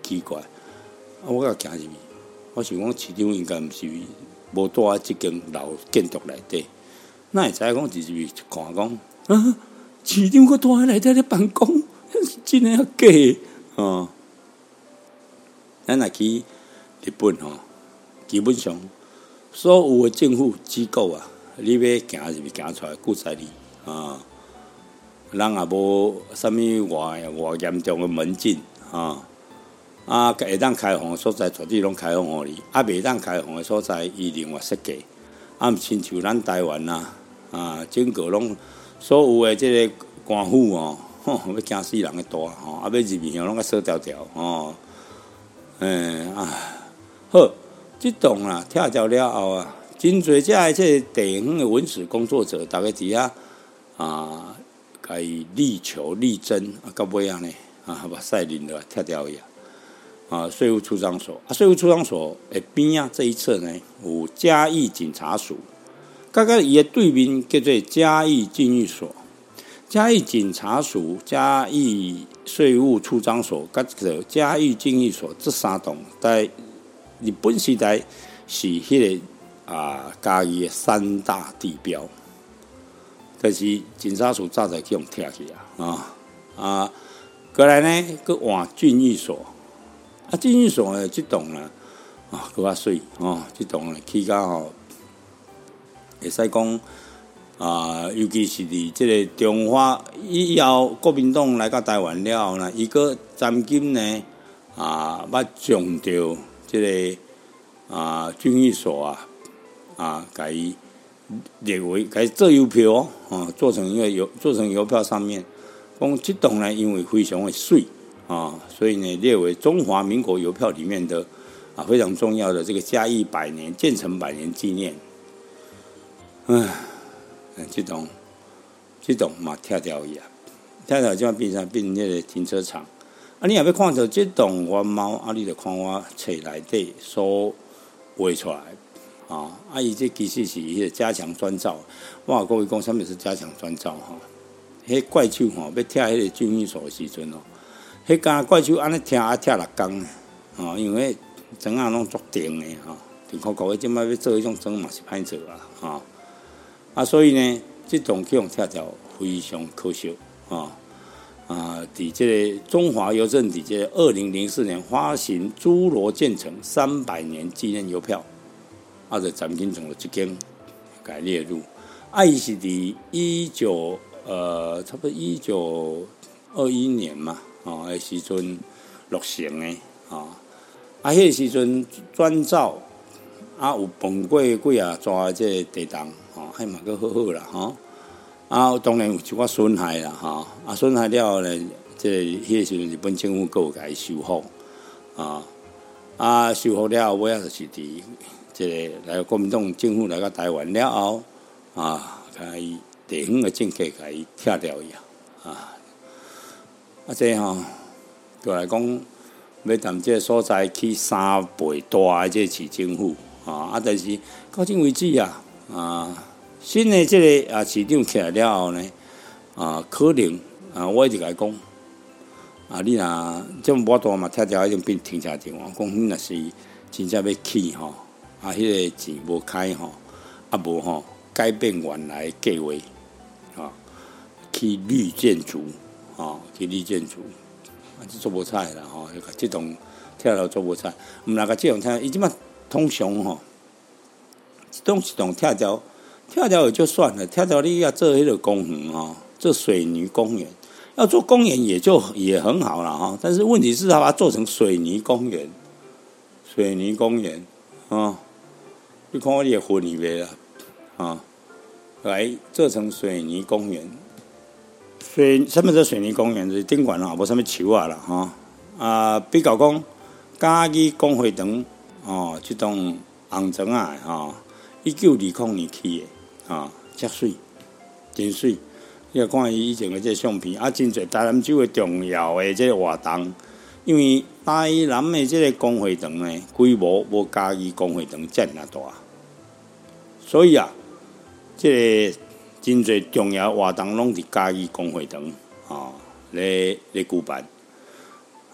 Speaker 1: 奇怪，啊，我甲行入去，我想讲市场应该毋是无住啊即间老建筑内底，哪会知影讲入去看讲，啊，市场佫住喺内底咧办公，真诶啊假诶哦。咱若去日本吼，基本上所有诶政府机构啊，你要行入去行出来，顾在你啊，人也无啥物偌偌严重诶门禁啊，啊，会当开放诶所在，绝对拢开放互你；啊，袂当开放诶所在，伊另外设计。啊，毋亲像咱台湾啊，啊，整个拢所有诶即个官府哦，吼，要惊死人诶大吼，啊，要入去向拢甲锁条条吼。嗯啊，好，即栋啊拆掉了后啊，真侪遮诶即个地方诶文史工作者，逐个伫遐啊，甲伊力求力争啊，到尾啊呢啊，目屎淋落拆掉伊啊，税务出张所啊，税务出张所诶边啊这一侧呢有嘉义警察署，刚刚伊诶对面叫做嘉义禁欲所。嘉义警察署、嘉义税务出张所、甲个嘉义警役所这三栋，在日本时代是迄个啊嘉义的三大地标。但是警察署早就去用拆去啊啊啊！过来呢，佮换禁役所啊，禁役所呢，这栋呢啊，佮较水哦，这栋呢起甲吼，会使讲。啊，尤其是伫即个中华以后，国民党来到台湾了后呢，伊个暂金呢啊，捌将着即个啊军役所啊啊，甲伊列为甲伊做邮票哦，做成一个邮做成邮票上面，讲即栋呢，因为非常的水啊，所以呢列为中华民国邮票里面的啊非常重要的这个嘉义百年建成百年纪念，唉。这栋，这栋嘛拆掉伊啊，拆掉就变成变成那个停车场。啊，你若要看到这栋原貌，啊，你就看我册内底所画出来啊。啊，伊这其实是迄个加强砖造。我各位讲，什么是加强砖造吼？迄怪手吼，要拆迄个军役所的时阵哦，迄家怪手安尼拆啊拆六工啊，因为砖啊拢足定的吼，挺酷酷的。即摆要做迄种砖嘛是歹做啊，吼。啊，所以呢，这栋去用拆掉非常可惜啊啊！伫这个中华邮政伫这二零零四年发行诸罗建成三百年纪念邮票，啊，就暂经从了这间改列入。啊，伊是伫一九呃，差不多一九二一年嘛，啊，迄时阵落成的啊，啊，迄时阵转造啊，有碰过几啊抓这地动。哦，还嘛个好好啦，吼、哦！啊，当然有一寡损害啦，吼、哦！啊，损害了后呢，即个迄个时阵日本政府够甲伊修复，啊啊，修复了后，尾仔就是伫即个来国民党政府来到台湾了后，啊，甲伊地方的政客甲伊拆掉伊啊，啊，这吼、哦，过来讲要谈即个所在去三倍大的即市政府，啊啊，但是到今为止啊。啊，新的这个啊市场起来了后呢，啊可能啊，我一直甲伊讲，啊你若这么大嘛，拆掉已经变停车场，我讲你若是真正要起吼，啊迄、那个钱无开吼，啊无吼改变原来计划，啊去绿建筑，啊去绿建筑，啊这做无菜啦吼，这栋拆了做无菜，毋那个这种拆，伊即马通常吼。东西栋拆掉，拆掉也就算了，拆掉你要做迄个公园哦，做水泥公园，要做公园也就也很好了哈。但是问题是，他把它做成水泥公园，水泥公园啊、哦，你看我也混里面了啊，来做成水泥公园。水什么叫水泥公园？就是顶管啊，无什么树啊啦哈啊，比较讲嘉义公会堂哦，这栋红砖啊哈。一九二零年起的啊，遮水，真水。你看伊以前的这相片啊，真侪台南州的重要的这个活动，因为台南的这个公会堂呢，规模无嘉义公会堂遮尔大，所以啊，这个真侪重要活动拢伫嘉义公会堂啊，咧咧举办。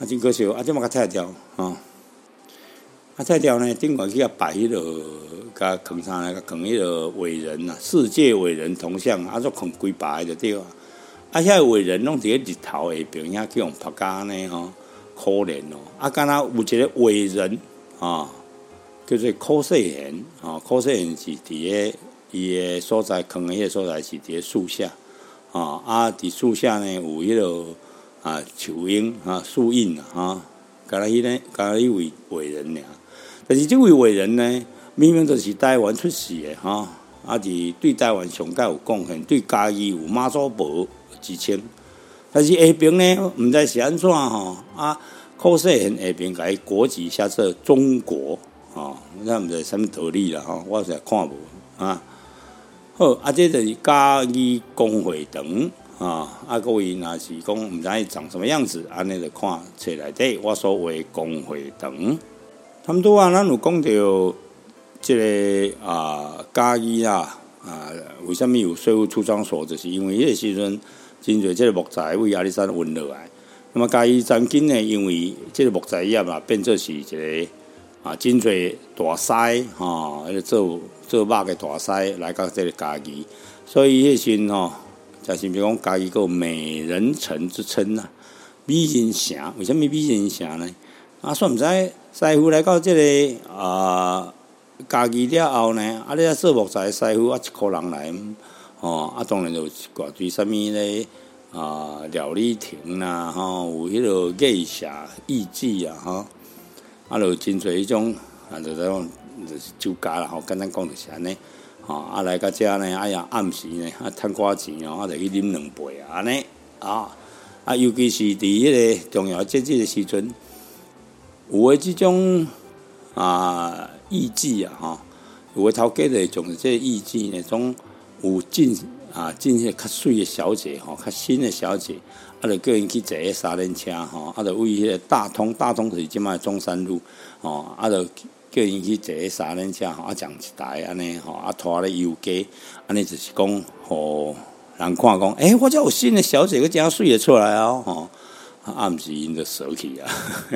Speaker 1: 啊，真可惜，啊，即马甲拆掉，吼、哦，啊，拆掉呢，顶回去啊摆迄落，甲囥啥呢？甲囥迄落伟人呐、啊，世界伟人铜像，啊，做囥规排就对啊。啊，遐个伟人拢伫咧日头下边遐去用拍甲呢，吼、哦，可怜哦。啊，敢若有一个伟人啊、哦，叫做柯世贤啊，柯世贤是伫咧伊个所在囥个迄个所在是伫咧树下啊，啊，伫树下呢有迄落。啊，树荫啊，树荫啊，哈，敢若迄个，敢若迄位伟人尔。但是这位伟人呢，明明就是台湾出世的哈，啊，伫对台湾上界有贡献，对家己有妈祖婆之称。但是下边呢，毋知是安怎吼，啊，柯世贤下边甲伊国籍写做中国，吼，咱毋知啥物道理啦，吼，我实在看无啊。好，啊，这就是家己公会堂。啊！啊，各位若是讲毋知长什么样子，安尼就看册内底我所谓公会堂。差不多啊，咱有讲到即、这个啊嘉义啊啊，为什么有税务出张所？就是因为迄个时阵真侪即个木材为阿里山运落来。那么嘉义曾经呢，因为即个木材业啊，变做是一个啊真侪大师吼，迄、啊、做做肉嘅大师来到即个嘉义，所以迄时阵吼。就是比如讲，嘉义有美人城之称呐、啊，美人城。为什么美人城呢？啊，算毋知师傅来到这个啊嘉义了后呢，啊，你啊做木材师傅啊，一箍人来，哦，啊，当然就一大堆什么咧啊料理亭啦，吼、哦，有迄落艺社艺伎啊，吼、哦，啊，就真侪迄种啊，就种就是酒家啦，吼，简单讲就是安尼。吼、哦，啊来到遮呢，哎呀暗时呢，啊趁寡钱哦，啊就去啉两杯啊，安尼啊，啊尤其是伫迄个重要节日的时阵，有诶即种啊艺伎啊，吼，有诶头家就从即个艺伎呢，种有进啊进迄个较水诶小姐吼，较新诶小姐，啊就叫因去坐迄三轮车吼，啊就为迄个大通，大通就是即卖中山路，吼，啊就。叫因去坐三轮车吼，啊，上一台安尼吼，啊，拖咧游街，安尼就是讲，互人看讲，诶、欸，我这有新的小姐，佮真水诶出来哦，吼，啊，毋是因就舍去啊，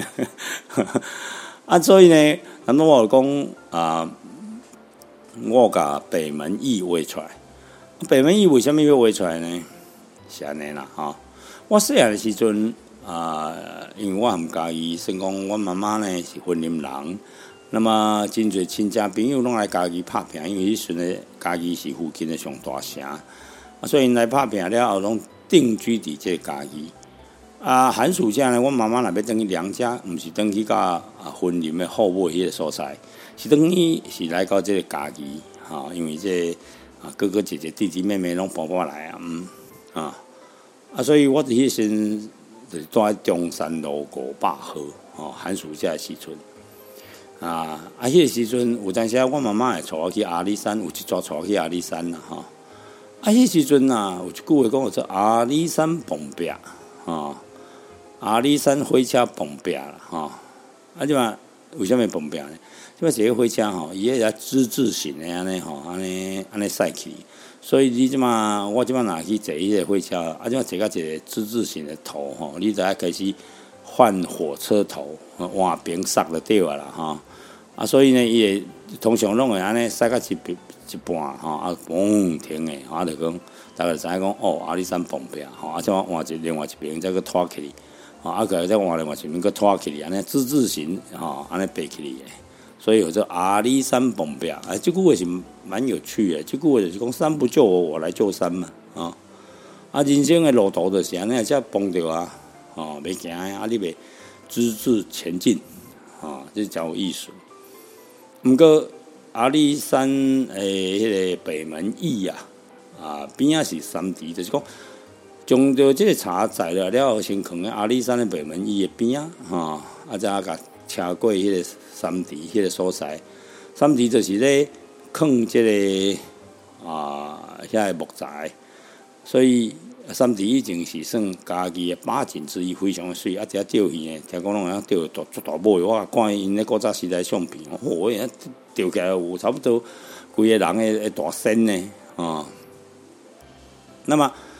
Speaker 1: 啊，所以呢，咱我讲啊，我甲北门驿画出来，北门驿为什么要画出来呢？是安尼啦，吼，我细汉诶时阵啊，因为我毋介意，先讲我妈妈呢是婚姻人。那么真侪亲戚朋友拢来嘉义拍拼，因为迄时阵嘉义是附近的上大城，啊，所以因来拍拼了后，拢定居伫这嘉义。啊，寒暑假呢，我妈妈若要转去娘家，毋是转去甲啊婚姻的后尾迄个所在，是转去是来到这个嘉义，哈、啊，因为这个、啊哥哥姐姐弟弟妹妹拢搬搬来啊，嗯啊啊，所以我伫迄时就是住喺中山路五百號，吼、啊，寒暑假的时阵。啊！啊，迄个时阵有当时我妈妈会带我去阿里山，有一撮带我去阿里山啦，吼。啊，迄时阵啊，有一句话讲做阿里山蹦壁，吼，阿里山火车蹦壁啦，吼。啊，即嘛为什么蹦壁呢？即嘛一个火车吼，伊个之字形的安尼吼，安尼安尼驶去，所以你即嘛，我即嘛若去坐迄个火车，啊，即嘛坐到一个之字形的头吼，你就要开始换火车头，换边塞就对啊啦，吼。啊，所以呢，伊会通常拢会安尼驶到一一半吼，啊，嘣停诶，啊，就讲大家知影讲哦，阿里山蹦壁吼，啊，再换一另外一边再去拖起哩，吼，啊，个再换另外一边去拖起哩，安尼之字形吼，安尼爬起哩诶，所以有做阿里山蹦壁，啊，这句话是蛮有趣诶，这句话就是讲山不救我，我来救山嘛，啊，啊，人生诶路途就是安尼，才蹦着啊，哦，袂行诶，啊，你袂之字前进，啊，这真有意思。毋过阿里山诶，迄个北门驿啊，啊边仔是山池，就是讲将着即个茶载了了后，先囥咧阿里山诶北门驿诶边啊，吼，啊再甲车过迄个山池迄个所在，山池就是咧囥即个啊遐个木材，所以山池以前是算嘉义诶八景之一，非常水。啊，遮钓鱼呢，听讲拢会晓钓大足大尾。我看因咧古早时代相片，哦，迄钓起来有差不多规个人诶诶大身呢，哦。那么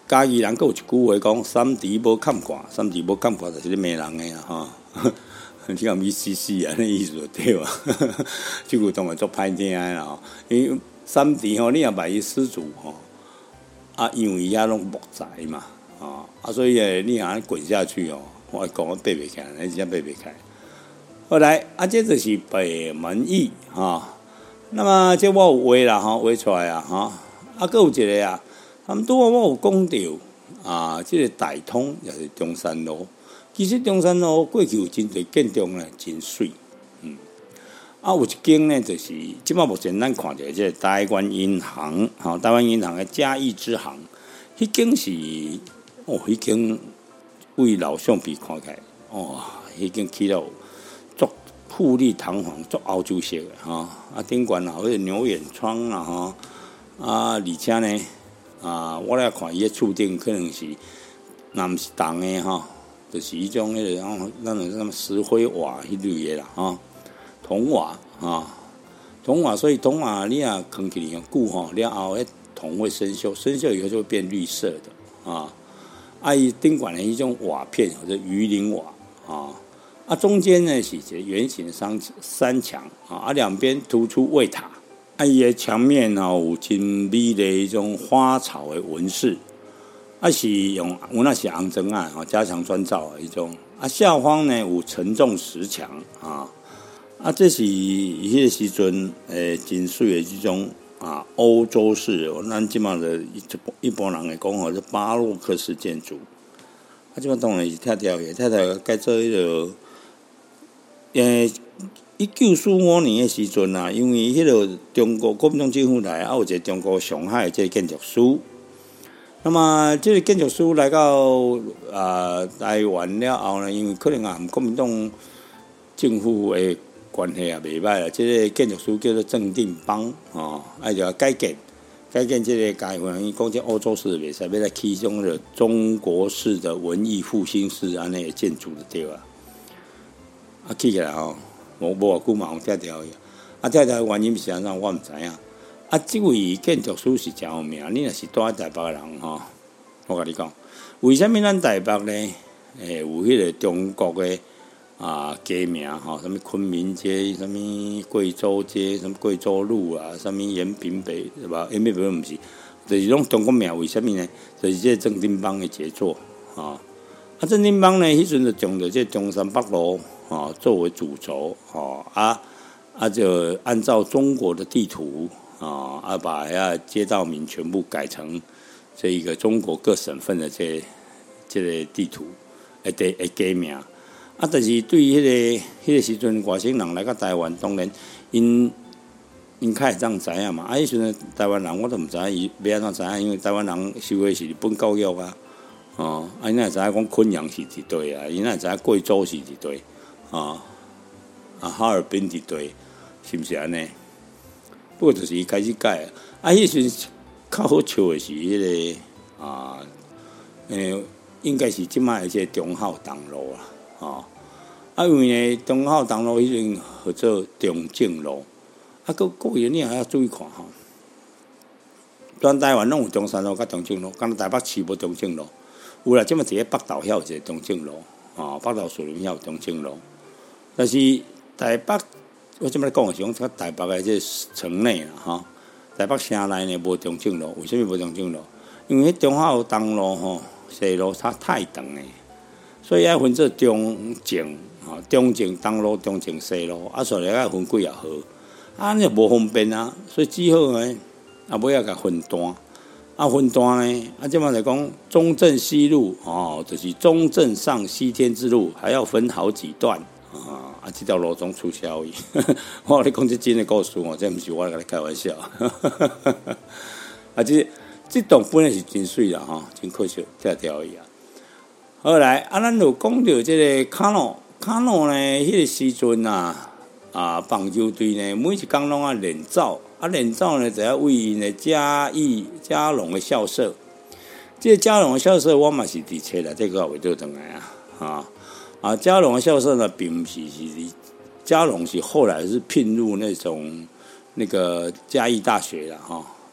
Speaker 1: 嘉义人佫有一句话讲：三弟无看惯，三弟无看惯，就是咧骂人诶啊！吼，你讲咪死死啊，那意思就对啊。即句当然做歹听诶啦吼，因为三弟吼，你若卖伊失主吼，啊，因为遐拢木材嘛，啊，啊，所以诶，你若滚下去哦，我讲我爬袂起来，你真爬袂起来。后来啊，这就是北门驿啊。那么这我有画啦，哈，画出来啊，哈。啊，佫有一个啊，他们拄好我有讲到啊，这个大通也是中山路。其實中山路過去有真侪建築呢，真水。嗯，啊有一間呢，就是即擺目前咱看到這個台灣銀行，吼，台灣銀行的嘉義支行，迄間是哦，迄間為老相片看起來，哦，迄間起到足富麗堂皇、足歐洲式的吼，啊頂懸有迄個牛眼窗啦，吼，啊而且呢，啊我來看伊個厝頂可能是南是銅的吼。就是迄種迄個，咱種什麼石灰瓦迄類的啦，吼，銅瓦啊，銅瓦，所以銅瓦你若放起嚟久吼，了後迄銅會生鏽，生鏽以後就會變綠色的啊。啊，伊頂懸的迄種瓦片或者魚鱗瓦啊，啊中間呢是一個圓形山山牆啊，啊兩邊突出衛塔，啊伊個牆面吼有真美麗迄種花草的紋飾。啊是用有那是紅磚啊，加強磚造的一種。啊下方呢有承重石牆啊，啊這是迄個時陣誒真水的這種啊歐洲式，咱即馬的一一般人會講吼是巴洛克式建築。啊即馬當然是拆掉嘅，拆掉改做迄個誒一九四五年的時陣啊，因為迄個中國國民黨政府來啊，有一個中國上海這個建築師。那麼，這個建築師來到啊、呃、台灣了後呢，因為可能啊，國民黨政府的關係也袂歹啦。這個建築師叫做鄭定邦啊，啊就改建改建這個家園，伊講這歐洲式袂使，要來起種個中國式的文藝復興式安尼的建築就對啦。啊，起起來吼，無無偌久嘛，有拆掉伊。啊，拆掉原因是安怎，我毋知影。啊，這位建築師是真有名。你若是住喺台北嘅人吼，我甲你講，為什麼咱台北咧？誒，有迄個中國嘅啊街名吼，什麼昆明街、什麼貴州街、什麼貴州路啊，什麼延平北，對吧？延平北毋是，就是種中國名。為什麼呢？就是這鄭定邦嘅傑作啊。啊，鄭定邦呢，迄陣就將着這中山北路啊作為主軸，吼啊啊，就按照中國的地圖。啊，啊把遐街道名全部改成這一個中國各省份的這這個地圖，誒地誒街名。啊，但是對於迄個迄個時陣外省人來到台灣，當然因因較會當知影嘛。啊，迄時陣台灣人我都毋知影伊要安怎知影，因為台灣人受的是日本教育啊。哦，啊，因哪會知影講昆陽是佇對啊？因哪會知影貴州是佇對啊？啊，哈爾濱佇對，是毋是安尼？不過就是伊開始改啊！迄時較好笑的是迄、那個啊，誒、欸，應該是即擺的這個忠孝東路啦，哦，啊，因為呢忠孝東路迄陣叫做中正路，啊，各各位你還要注意看吼，全台灣攏有中山路甲中正路，敢若台北市無中正路，有啦，即擺佇個北投遐有一個中正路，啊，北投樹林遐有中正路，但是台北。我即擺講的是講台北的這城內啦，吼，台北城內呢無中正路，為什麼無中正路？因為忠孝東路吼，西路它太長誒，所以要分做中正，吼，中正東路、中正西路，啊，所以要分幾啊號，啊，你無方便啊，所以只好呢，啊，尾要甲分段，啊，分段呢，啊，即擺來講中正西路，哦，就是中正上西天之路，還要分好幾段。啊！啊，這條路總促銷伊，我跟你講這真的故事哦，這毋是我跟你開玩笑。啊，這這棟本來是真水啦，吼，真可惜拆掉伊啊。後來啊，咱就講到這個卡諾，卡諾呢，迄、那個時陣啊，啊，棒球隊呢，每一工攏啊練走，啊練走呢，就要為因的嘉義嘉農的校舍。這個嘉農的校舍，我嘛是佇冊啦，這個會倒轉來啊，啊。啊，嘉農的校舍呢，並不是是嘉農是後來是聘入那種那個嘉義大學啦，哈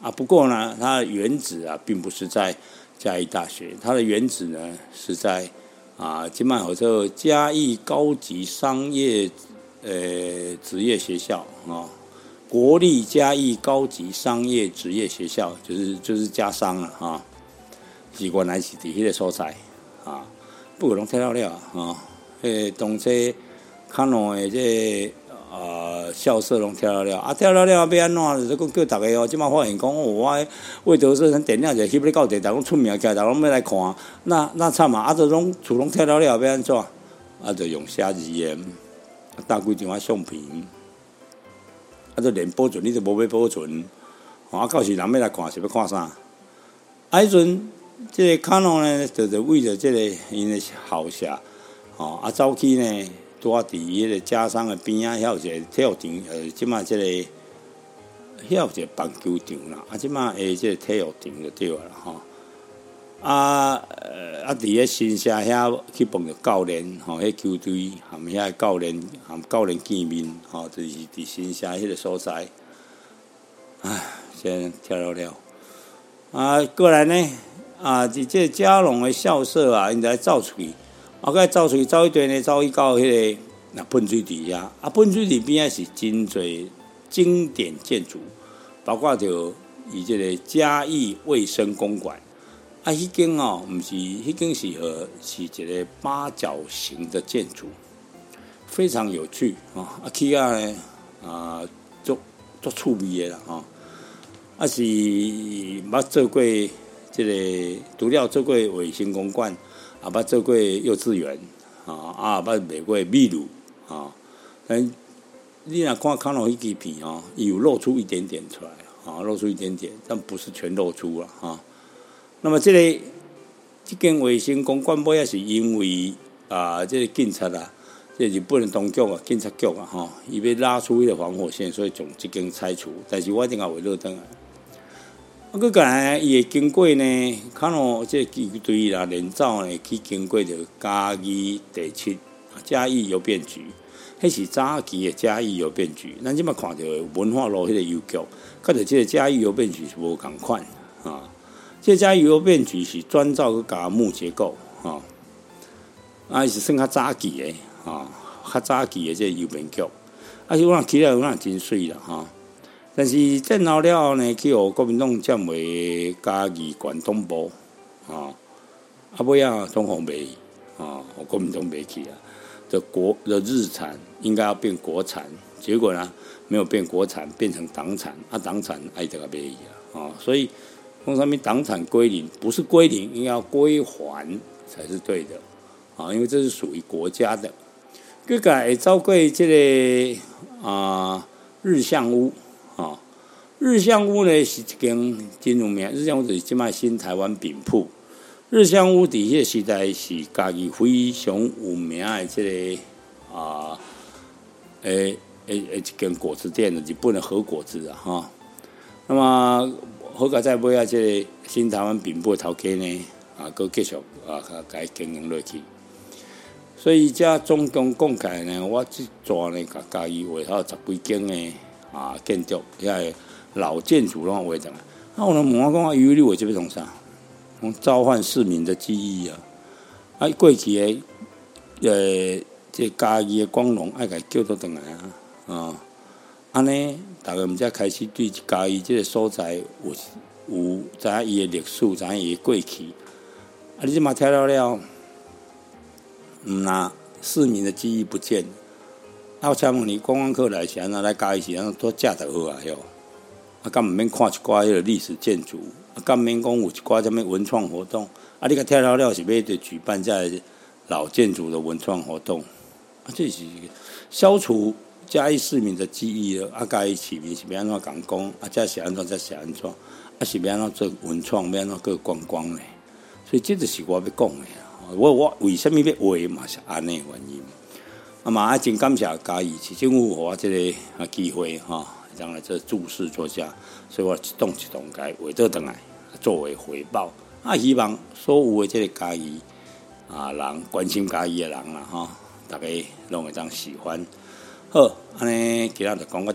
Speaker 1: 啊。不过呢，它的原址啊，并不是在嘉义大学，它的原址呢是在啊，今麦好做嘉义高级商业呃职业学校啊，国立嘉义高级商业职业学校，就是就是嘉商了啊，是原来是伫迄个所在啊，不过拢听到了啊，迄东西卡农的这个。呃，校舍拢跳了了，啊跳了了，要安怎？就讲叫大家哦，即马发现讲哦，我魏德胜电影就翕咧到地，大家出名起来，大家拢要来看，那那惨啊！啊，就拢厝拢跳了了，要安怎？啊，就用写字的，搭几张啊相片，啊，就连保存你都无要保存，啊，到时人要来看是要看啥？啊，迄阵即个卡农呢，就就为着即个因的校舍，哦，啊，走去呢。拄啊，伫迄个嘉商的边仔，遐有一个体育场，呃，即马即个遐有一个棒球场啦，啊，即马诶，即个体育场就对啦吼。啊，呃，啊，伫迄新社遐去碰着教练，吼，迄球队含遐教练含教练见面，吼，就是伫新社迄个所在。唉，先跳了了。啊，过来呢，啊，伫即个嘉农的校舍啊，因来走出去。啊，佮走出去走一段呢，走去到迄个那喷水池遐，啊，喷水池边仔是真侪经典建筑，包括着伊即个嘉义卫生公馆，啊，迄间哦，毋是，迄间是呃，是一个八角形的建筑，非常有趣啊！啊，去啊呢，啊，足足趣味的啦，吼，啊是捌做过即个，除了做过卫生公馆。啊，捌做过幼稚园，啊，啊，捌卖过秘鲁，啊，嗯，你若看看到迄支片哦，伊有露出一点点出来，啊，露出一点点，但不是全露出了，哈、啊。那么这个这间卫生公馆尾也是因为啊，这个警察啊，这日本的当局啊，警察局啊，哈，伊要拉出迄个防火线，所以将这间拆除，但是我一定要回落转来。啊，佮个伊会经过呢，可能这球队啦，连走呢去经过着嘉义第七嘉义邮便局，迄是早期的嘉义邮便局。咱即摆看到文化路迄个邮局，佮着即个嘉义邮便局是无共款啊。即个嘉义邮便局是砖造佮加木结构啊，啊是算较早期的啊，较早期的即个邮便局，啊是我人起来有人真水啦哈。但是战后了后呢，去互国民党占为嘉义县党部啊，啊尾啊统互卖啊，国民党卖去啊，的国的日产应该要变国产，结果呢没有变国产，变成党产，啊党产爱这个卖啊，啊，所以讲上面党产归零，不是归零，应该要归还才是对的啊，因为这是属于国家的。佮个会走过这个啊日向屋。啊，日向屋呢是一间真有名，日向屋就是即卖新台湾饼铺。日向屋伫迄个时代是家己非常有名的即、这个啊，诶诶诶，一间果汁店的日本的和果子啊哈。那么好佳在尾啊，即个新台湾饼铺的头家呢啊，佮继续啊，甲经营落去。所以遮总共讲起来呢，我即抓呢，甲家己画好十几间的。啊，建筑遐老建筑拢画上来。啊，有人问我讲啊，伊你画这要创啥？讲召唤市民的记忆啊！啊，过去的呃，这嘉义的光荣爱甲叫倒转来啊！啊，安尼，大家毋才开始对嘉义这个所在有有知影伊的历史，知影伊的过去。啊，你即马听了了，毋那市民的记忆不见。啊，请问你观光客来是安怎来嘉义是安怎做食就好啊？哟，啊，敢毋免看一寡迄个历史建筑，啊，敢毋免讲有一寡什么文创活动？啊，你甲听了了是要得举办这老建筑的文创活动，啊，这是消除嘉义市民的记忆了。啊，嘉义市民是要安怎讲讲？啊，这是安怎，这是安怎？啊，是要安怎做文创？要安怎做观光呢？所以这就是我要讲的。我我为什么要画嘛？是安尼原因。啊嘛，啊真感谢嘉义市政府互我这个啊机会哈，让来这注释作家，所以我一动一动该画倒转来作为回报。啊，希望所有的这个嘉义啊人关心嘉义的人啦哈，大家拢会当喜欢。好，安尼今仔就讲到这，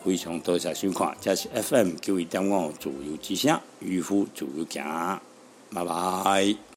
Speaker 1: 非常多谢收看，这是 F M 九一点五自由之声，渔夫自由行，拜拜。